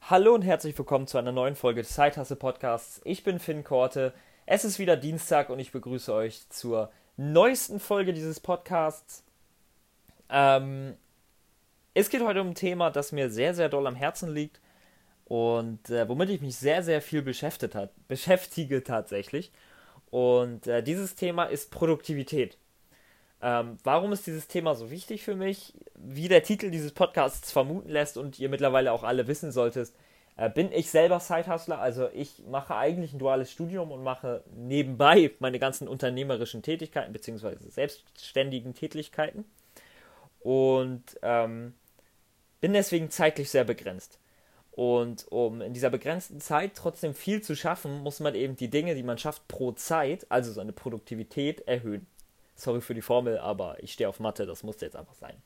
Hallo und herzlich willkommen zu einer neuen Folge des Side-Hustle Podcasts. Ich bin Finn Korte. Es ist wieder Dienstag und ich begrüße euch zur neuesten Folge dieses Podcasts. Es geht heute um ein Thema, das mir sehr, sehr doll am Herzen liegt und womit ich mich sehr, sehr viel beschäftige tatsächlich. Und dieses Thema ist Produktivität. Warum ist dieses Thema so wichtig für mich? Wie der Titel dieses Podcasts vermuten lässt und ihr mittlerweile auch alle wissen solltet, bin ich selber Side-Hustler. Also ich mache eigentlich ein duales Studium und mache nebenbei meine ganzen unternehmerischen Tätigkeiten bzw. selbstständigen Tätigkeiten und bin deswegen zeitlich sehr begrenzt. Und um in dieser begrenzten Zeit trotzdem viel zu schaffen, muss man eben die Dinge, die man schafft pro Zeit, also seine Produktivität, erhöhen. Sorry für die Formel, aber ich stehe auf Mathe, das musste jetzt einfach sein.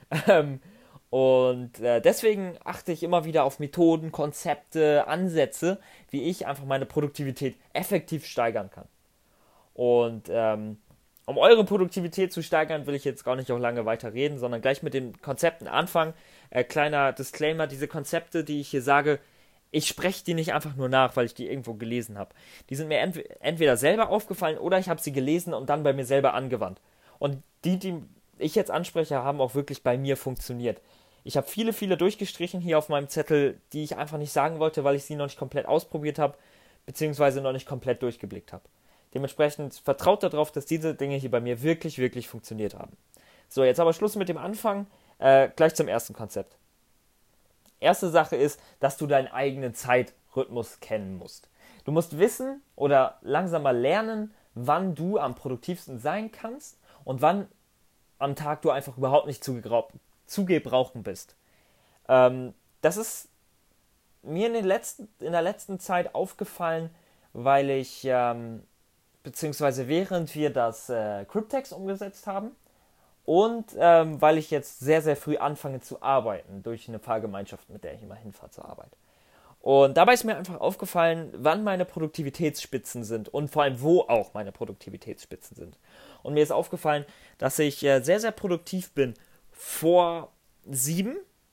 Deswegen achte ich immer wieder auf Methoden, Konzepte, Ansätze, wie ich einfach meine Produktivität effektiv steigern kann. Und um eure Produktivität zu steigern, will ich jetzt gar nicht auch lange weiter reden, sondern gleich mit den Konzepten anfangen. Kleiner Disclaimer, diese Konzepte, die ich hier sage, ich spreche die nicht einfach nur nach, weil ich die irgendwo gelesen habe. Die sind mir entweder selber aufgefallen oder ich habe sie gelesen und dann bei mir selber angewandt. Und die ich jetzt anspreche, haben auch wirklich bei mir funktioniert. Ich habe viele durchgestrichen hier auf meinem Zettel, die ich einfach nicht sagen wollte, weil ich sie noch nicht komplett ausprobiert habe, beziehungsweise noch nicht komplett durchgeblickt habe. Dementsprechend vertraut darauf, dass diese Dinge hier bei mir wirklich funktioniert haben. So, jetzt aber Schluss mit dem Anfang, gleich zum ersten Konzept. Erste Sache ist, dass du deinen eigenen Zeitrhythmus kennen musst. Du musst wissen oder langsam mal lernen, wann du am produktivsten sein kannst und wann am Tag du einfach überhaupt nicht zu gebrauchen bist. Das ist mir in der letzten Zeit aufgefallen, weil ich, beziehungsweise während wir das Cryptex umgesetzt haben, und weil ich jetzt sehr früh anfange zu arbeiten, durch eine Fahrgemeinschaft, mit der ich immer hinfahre zur Arbeit. Und dabei ist mir einfach aufgefallen, wann meine Produktivitätsspitzen sind und vor allem, wo auch meine Produktivitätsspitzen sind. Und mir ist aufgefallen, dass ich sehr produktiv bin vor 7,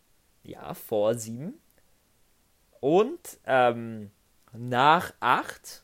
und nach 8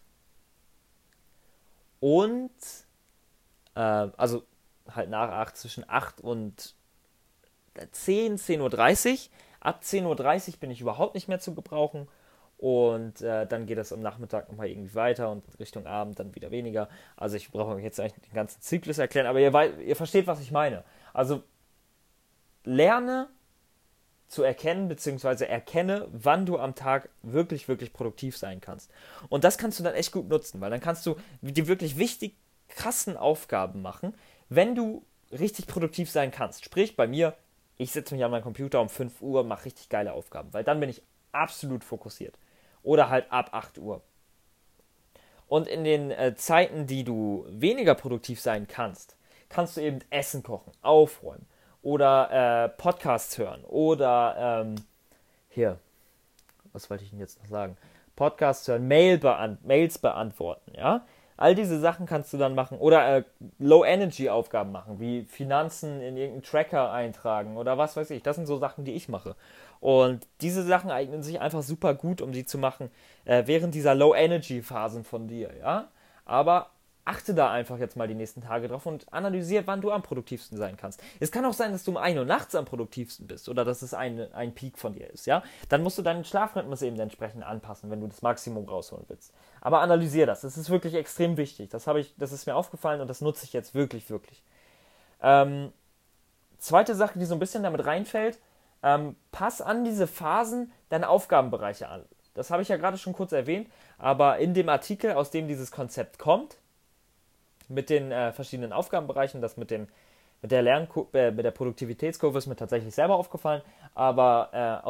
und also halt nach 8, zwischen 8 und 10 Uhr 30. Ab 10.30 Uhr bin ich überhaupt nicht mehr zu gebrauchen und dann geht es am Nachmittag nochmal irgendwie weiter und Richtung Abend dann wieder weniger. Also ich brauche euch jetzt eigentlich den ganzen Zyklus erklären, aber ihr versteht, was ich meine. Also lerne zu erkennen, beziehungsweise erkenne, wann du am Tag wirklich produktiv sein kannst. Und das kannst du dann echt gut nutzen, weil dann kannst du die wirklich wichtig krassen Aufgaben machen, wenn du richtig produktiv sein kannst. Sprich, bei mir, ich setze mich an meinen Computer um 5 Uhr, mache richtig geile Aufgaben, weil dann bin ich absolut fokussiert. Oder halt ab 8 Uhr. Und in den Zeiten, die du weniger produktiv sein kannst, kannst du eben Essen kochen, aufräumen oder Podcasts hören oder was wollte ich denn jetzt noch sagen? Podcasts hören, Mails beantworten, ja? All diese Sachen kannst du dann machen oder Low-Energy-Aufgaben machen, wie Finanzen in irgendeinen Tracker eintragen oder was weiß ich. Das sind so Sachen, die ich mache. Und diese Sachen eignen sich einfach super gut, um sie zu machen während dieser Low-Energy-Phasen von dir, ja. Aber achte da einfach jetzt mal die nächsten Tage drauf und analysiere, wann du am produktivsten sein kannst. Es kann auch sein, dass du um 1 Uhr nachts am produktivsten bist oder dass es ein Peak von dir ist, ja. Dann musst du deinen Schlafrhythmus eben entsprechend anpassen, wenn du das Maximum rausholen willst. Aber analysiere das. Das ist wirklich extrem wichtig. Das ist mir aufgefallen und das nutze ich jetzt wirklich. Zweite Sache, die so ein bisschen damit reinfällt, pass an diese Phasen deine Aufgabenbereiche an. Das habe ich ja gerade schon kurz erwähnt, aber in dem Artikel, aus dem dieses Konzept kommt, mit den verschiedenen Aufgabenbereichen, das mit der Produktivitätskurve ist mir tatsächlich selber aufgefallen, aber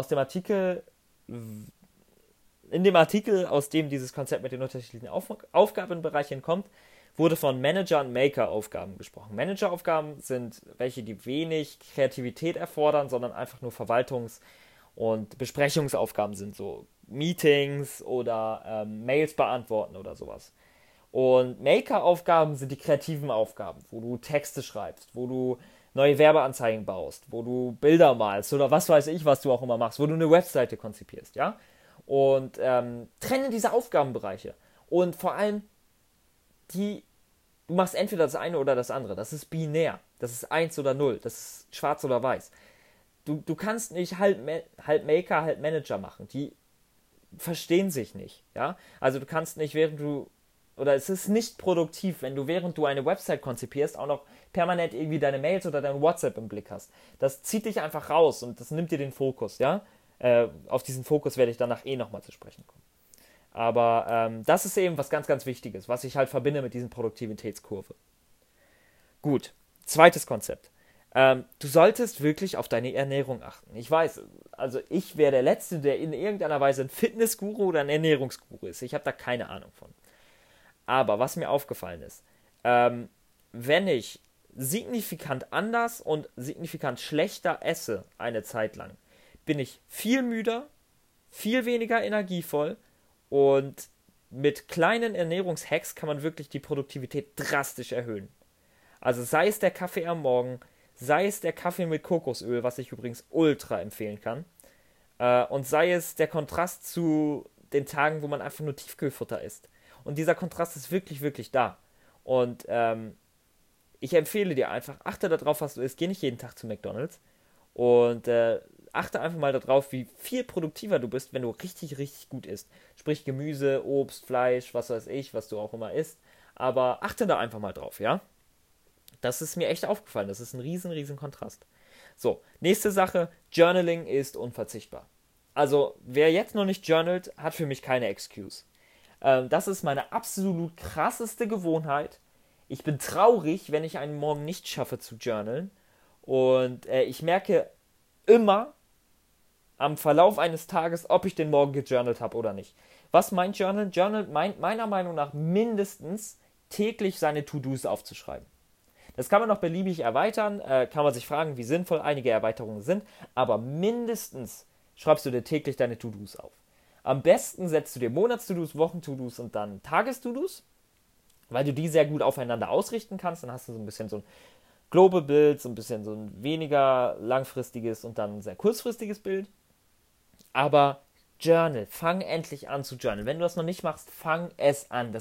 in dem Artikel, aus dem dieses Konzept mit den unterschiedlichen Aufgabenbereichen kommt, wurde von Manager- und Maker-Aufgaben gesprochen. Manager-Aufgaben sind welche, die wenig Kreativität erfordern, sondern einfach nur Verwaltungs- und Besprechungsaufgaben sind, so Meetings oder Mails beantworten oder sowas. Und Maker-Aufgaben sind die kreativen Aufgaben, wo du Texte schreibst, wo du neue Werbeanzeigen baust, wo du Bilder malst oder was weiß ich, was du auch immer machst, wo du eine Webseite konzipierst, ja? Und trenne diese Aufgabenbereiche. Und vor allem, du machst entweder das eine oder das andere. Das ist binär. Das ist 1 oder 0. Das ist schwarz oder weiß. Du kannst nicht halb Maker, halb Manager machen. Die verstehen sich nicht. Ja? Also du kannst nicht, oder es ist nicht produktiv, wenn du, während du eine Website konzipierst, auch noch permanent irgendwie deine Mails oder dein WhatsApp im Blick hast. Das zieht dich einfach raus und das nimmt dir den Fokus, ja. Auf diesen Fokus werde ich danach nochmal zu sprechen kommen. Aber das ist eben was ganz, ganz Wichtiges, was ich halt verbinde mit diesen Produktivitätskurve. Gut, zweites Konzept. Du solltest wirklich auf deine Ernährung achten. Ich weiß, also ich wäre der Letzte, der in irgendeiner Weise ein Fitnessguru oder ein Ernährungsguru ist. Ich habe da keine Ahnung von. Aber was mir aufgefallen ist, wenn ich signifikant anders und signifikant schlechter esse eine Zeit lang, bin ich viel müder, viel weniger energievoll und mit kleinen Ernährungshacks kann man wirklich die Produktivität drastisch erhöhen. Also sei es der Kaffee am Morgen, sei es der Kaffee mit Kokosöl, was ich übrigens ultra empfehlen kann, und sei es der Kontrast zu den Tagen, wo man einfach nur Tiefkühlfutter isst. Und dieser Kontrast ist wirklich, wirklich da. Und ich empfehle dir einfach, achte darauf, was du isst. Geh nicht jeden Tag zu McDonald's. Und achte einfach mal darauf, wie viel produktiver du bist, wenn du richtig, richtig gut isst. Sprich Gemüse, Obst, Fleisch, was weiß ich, was du auch immer isst. Aber achte da einfach mal drauf, ja? Das ist mir echt aufgefallen. Das ist ein riesen, riesen Kontrast. So, nächste Sache. Journaling ist unverzichtbar. Also, wer jetzt noch nicht journalt, hat für mich keine Excuse. Das ist meine absolut krasseste Gewohnheit. Ich bin traurig, wenn ich einen Morgen nicht schaffe zu journalen. Und ich merke immer am Verlauf eines Tages, ob ich den Morgen gejournalt habe oder nicht. Was meint Journal? Journal meint meiner Meinung nach mindestens täglich seine To-Dos aufzuschreiben. Das kann man noch beliebig erweitern, kann man sich fragen, wie sinnvoll einige Erweiterungen sind, aber mindestens schreibst du dir täglich deine To-Dos auf. Am besten setzt du dir Monats-To-Dos, Wochen-To-Dos und dann Tages-To-Dos, weil du die sehr gut aufeinander ausrichten kannst. Dann hast du so ein bisschen so ein Global Bild, so ein bisschen so ein weniger langfristiges und dann ein sehr kurzfristiges Bild. Aber Journal, fang endlich an zu journalen. Wenn du das noch nicht machst, fang es an.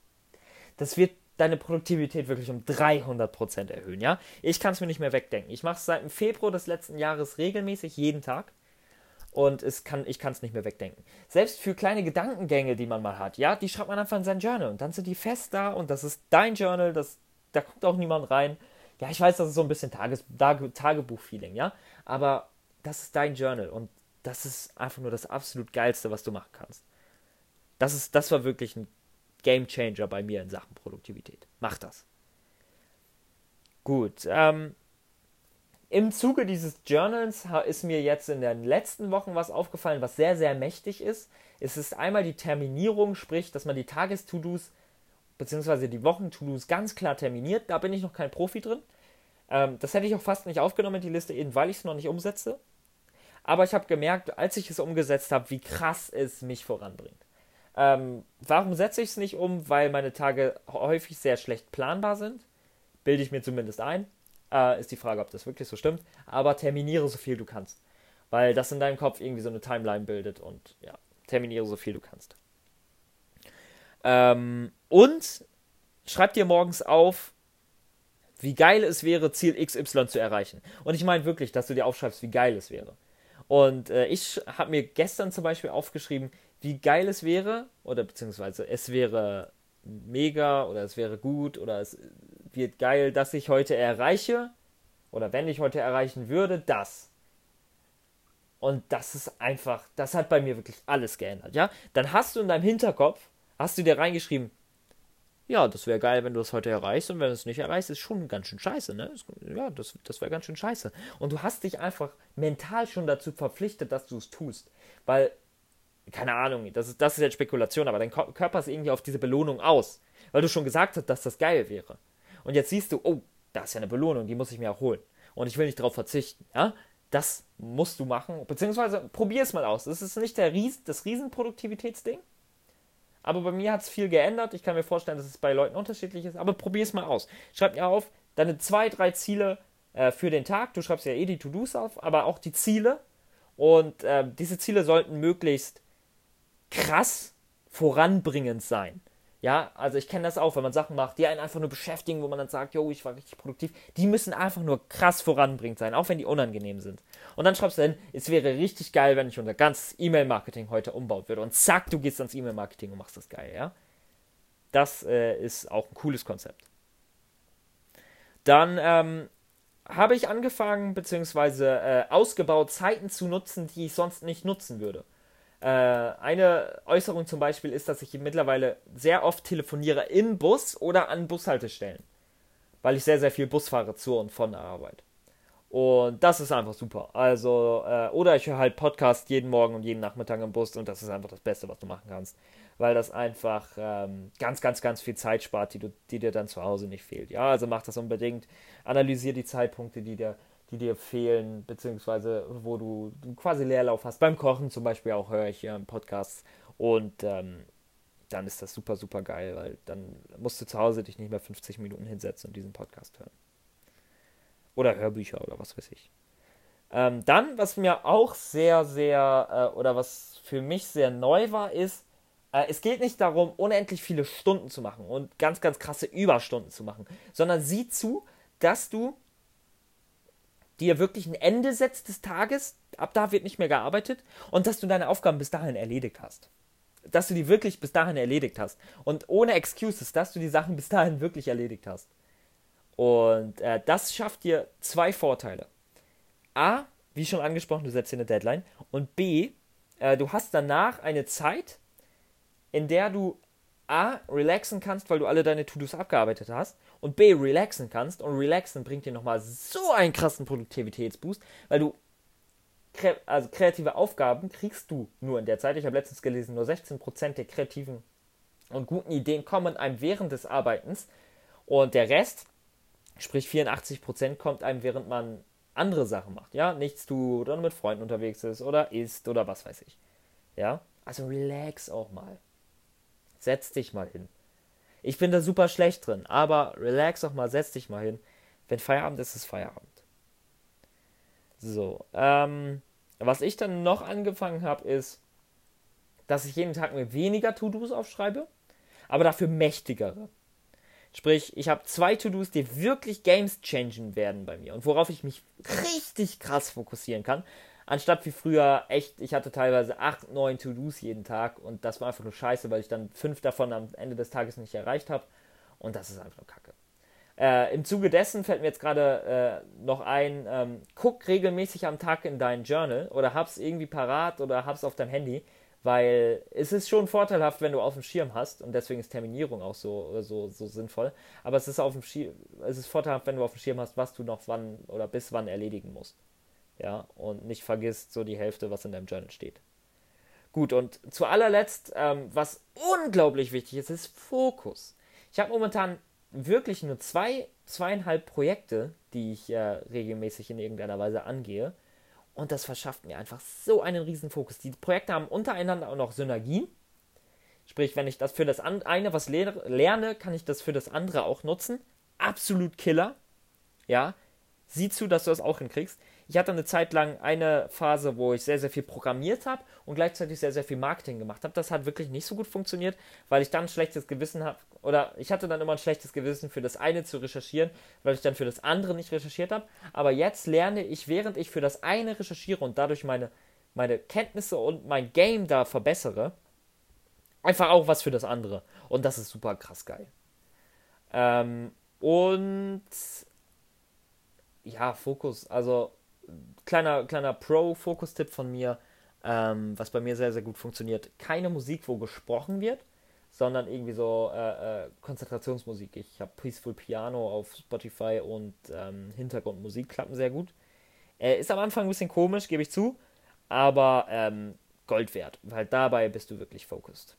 Das wird deine Produktivität wirklich um 300% erhöhen, ja? Ich kann es mir nicht mehr wegdenken. Ich mache es seit dem Februar des letzten Jahres regelmäßig, jeden Tag. Und ich kann es nicht mehr wegdenken. Selbst für kleine Gedankengänge, die man mal hat, ja, die schreibt man einfach in sein Journal. Und dann sind die fest da und das ist dein Journal, da guckt auch niemand rein. Ja, ich weiß, das ist so ein bisschen Tagebuch-Feeling, ja? Aber das ist dein Journal und das ist einfach nur das absolut Geilste, was du machen kannst. Das war wirklich ein Game Changer bei mir in Sachen Produktivität. Mach das. Gut, im Zuge dieses Journals ist mir jetzt in den letzten Wochen was aufgefallen, was sehr, sehr mächtig ist. Es ist einmal die Terminierung, sprich, dass man die Tages-To-Dos bzw. die Wochen-To-Dos ganz klar terminiert. Da bin ich noch kein Profi drin. Das hätte ich auch fast nicht aufgenommen in die Liste, eben weil ich es noch nicht umsetze. Aber ich habe gemerkt, als ich es umgesetzt habe, wie krass es mich voranbringt. Warum setze ich es nicht um? Weil meine Tage häufig sehr schlecht planbar sind. Bilde ich mir zumindest ein. Ist die Frage, ob das wirklich so stimmt. Aber terminiere so viel du kannst. Weil das in deinem Kopf irgendwie so eine Timeline bildet. Und ja, terminiere so viel du kannst. Und schreib dir morgens auf, wie geil es wäre, Ziel XY zu erreichen. Und ich meine wirklich, dass du dir aufschreibst, wie geil es wäre. Und ich habe mir gestern zum Beispiel aufgeschrieben, wie geil es wäre, oder beziehungsweise es wäre mega, oder es wäre gut, oder es wird geil, dass ich heute erreiche, oder wenn ich heute erreichen würde, das. Und das ist einfach, das hat bei mir wirklich alles geändert, ja? Dann hast du in deinem Hinterkopf, hast du dir reingeschrieben, ja, das wäre geil, wenn du es heute erreichst, und wenn du es nicht erreichst, ist schon ganz schön scheiße, ne? Ja, das wäre ganz schön scheiße. Und du hast dich einfach mental schon dazu verpflichtet, dass du es tust. Weil, keine Ahnung, das ist jetzt Spekulation, aber dein Körper ist irgendwie auf diese Belohnung aus. Weil du schon gesagt hast, dass das geil wäre. Und jetzt siehst du, oh, da ist ja eine Belohnung, die muss ich mir auch holen. Und ich will nicht darauf verzichten, ja? Das musst du machen, beziehungsweise probier es mal aus. Das ist nicht das Riesenproduktivitätsding. Aber bei mir hat es viel geändert. Ich kann mir vorstellen, dass es bei Leuten unterschiedlich ist. Aber probier es mal aus. Schreib mir auf, deine 2, 3 Ziele für den Tag. Du schreibst ja eh die To-Dos auf, aber auch die Ziele. Und diese Ziele sollten möglichst krass voranbringend sein. Ja, also ich kenne das auch, wenn man Sachen macht, die einen einfach nur beschäftigen, wo man dann sagt, yo, ich war richtig produktiv. Die müssen einfach nur krass voranbringend sein, auch wenn die unangenehm sind. Und dann schreibst du hin, es wäre richtig geil, wenn ich unser ganzes E-Mail-Marketing heute umbaut würde. Und zack, du gehst ans E-Mail-Marketing und machst das geil, ja. Das ist auch ein cooles Konzept. Dann habe ich angefangen, beziehungsweise ausgebaut, Zeiten zu nutzen, die ich sonst nicht nutzen würde. Eine Äußerung zum Beispiel ist, dass ich mittlerweile sehr oft telefoniere im Bus oder an Bushaltestellen, weil ich sehr, sehr viel Bus fahre zur und von der Arbeit. Und das ist einfach super. Also, oder ich höre halt Podcast jeden Morgen und jeden Nachmittag im Bus und das ist einfach das Beste, was du machen kannst. Weil das einfach ganz, ganz, ganz viel Zeit spart, die dir dann zu Hause nicht fehlt. Ja, also mach das unbedingt. Analysier die Zeitpunkte, die dir fehlen, beziehungsweise wo du quasi Leerlauf hast. Beim Kochen zum Beispiel auch höre ich hier im Podcast. Und dann ist das super, super geil, weil dann musst du zu Hause dich nicht mehr 50 Minuten hinsetzen und diesen Podcast hören. Oder Hörbücher oder was weiß ich. Dann, was mir auch sehr, sehr, oder was für mich sehr neu war, ist, es geht nicht darum, unendlich viele Stunden zu machen und ganz, ganz krasse Überstunden zu machen, sondern sieh zu, dass du dir wirklich ein Ende setzt des Tages, ab da wird nicht mehr gearbeitet und dass du deine Aufgaben bis dahin erledigt hast. Dass du die wirklich bis dahin erledigt hast. Und ohne Excuses, dass du die Sachen bis dahin wirklich erledigt hast. Und das schafft dir zwei Vorteile. A, wie schon angesprochen, du setzt dir eine Deadline. Und B, du hast danach eine Zeit, in der du A, relaxen kannst, weil du alle deine To-Dos abgearbeitet hast. Und B, relaxen kannst. Und relaxen bringt dir nochmal so einen krassen Produktivitätsboost, weil du, also kreative Aufgaben kriegst du nur in der Zeit. Ich habe letztens gelesen, nur 16% der kreativen und guten Ideen kommen einem während des Arbeitens. Und der Rest, sprich 84%, kommt einem, während man andere Sachen macht. Ja, nichts tut oder mit Freunden unterwegs ist oder isst oder was weiß ich. Ja, also relax auch mal. Setz dich mal hin. Ich bin da super schlecht drin, aber relax auch mal, setz dich mal hin. Wenn Feierabend ist, ist Feierabend. So, was ich dann noch angefangen habe, ist, dass ich jeden Tag mir weniger To-Dos aufschreibe, aber dafür mächtigere. Sprich, ich habe 2 To-Dos, die wirklich Games changen werden bei mir und worauf ich mich richtig krass fokussieren kann. Anstatt wie früher, echt, ich hatte teilweise 8, 9 To-Dos jeden Tag und das war einfach nur scheiße, weil ich dann 5 davon am Ende des Tages nicht erreicht habe und das ist einfach nur Kacke. Im Zuge dessen fällt mir jetzt gerade noch ein, guck regelmäßig am Tag in dein Journal oder hab's irgendwie parat oder hab's auf deinem Handy, weil es ist schon vorteilhaft, wenn du auf dem Schirm hast und deswegen ist Terminierung auch so sinnvoll, aber es ist vorteilhaft, wenn du auf dem Schirm hast, was du noch wann oder bis wann erledigen musst. Ja, und nicht vergisst so die Hälfte, was in deinem Journal steht. Gut, und zu allerletzt, was unglaublich wichtig ist, ist Fokus. Ich habe momentan wirklich nur 2,5 Projekte, die ich regelmäßig in irgendeiner Weise angehe. Und das verschafft mir einfach so einen riesen Fokus. Die Projekte haben untereinander auch noch Synergien. Sprich, wenn ich das für das eine was lerne, kann ich das für das andere auch nutzen. Absolut Killer. Ja, sieh zu, dass du das auch hinkriegst. Ich hatte eine Zeit lang eine Phase, wo ich sehr, sehr viel programmiert habe und gleichzeitig sehr, sehr viel Marketing gemacht habe. Das hat wirklich nicht so gut funktioniert, weil ich dann ein schlechtes Gewissen habe. Oder ich hatte dann immer ein schlechtes Gewissen, für das eine zu recherchieren, weil ich dann für das andere nicht recherchiert habe. Aber jetzt lerne ich, während ich für das eine recherchiere und dadurch meine Kenntnisse und mein Game da verbessere, einfach auch was für das andere. Und das ist super krass geil. Und ja, Fokus. Also kleiner Pro-Fokus-Tipp von mir, was bei mir sehr, sehr gut funktioniert. Keine Musik, wo gesprochen wird, sondern irgendwie so Konzentrationsmusik. Ich habe Peaceful Piano auf Spotify und Hintergrundmusik klappen sehr gut. Ist am Anfang ein bisschen komisch, gebe ich zu, aber Gold wert, weil dabei bist du wirklich focused.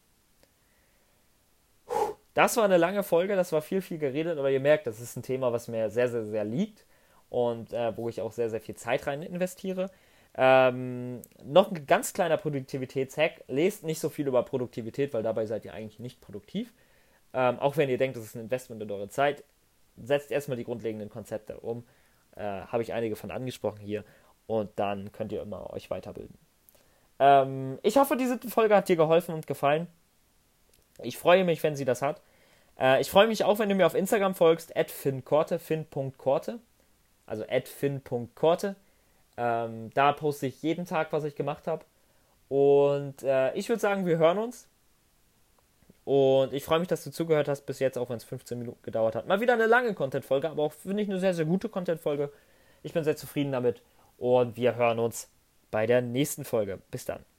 Das war eine lange Folge, das war viel, viel geredet, aber ihr merkt, das ist ein Thema, was mir sehr, sehr, sehr liegt und wo ich auch sehr, sehr viel Zeit rein investiere. Noch ein ganz kleiner Produktivitätshack. Lest nicht so viel über Produktivität, weil dabei seid ihr eigentlich nicht produktiv. Auch wenn ihr denkt, das ist ein Investment in eure Zeit, setzt erstmal die grundlegenden Konzepte um. Habe ich einige von angesprochen hier und dann könnt ihr immer euch weiterbilden. Ich hoffe, diese Folge hat dir geholfen und gefallen. Ich freue mich, wenn sie das hat. Ich freue mich auch, wenn du mir auf Instagram folgst, @finkorte, fin.korte, also @fin.korte. Da poste ich jeden Tag, was ich gemacht habe. Und ich würde sagen, wir hören uns. Und ich freue mich, dass du zugehört hast bis jetzt, auch wenn es 15 Minuten gedauert hat. Mal wieder eine lange Content-Folge, aber auch, finde ich, eine sehr, sehr gute Content-Folge. Ich bin sehr zufrieden damit. Und wir hören uns bei der nächsten Folge. Bis dann.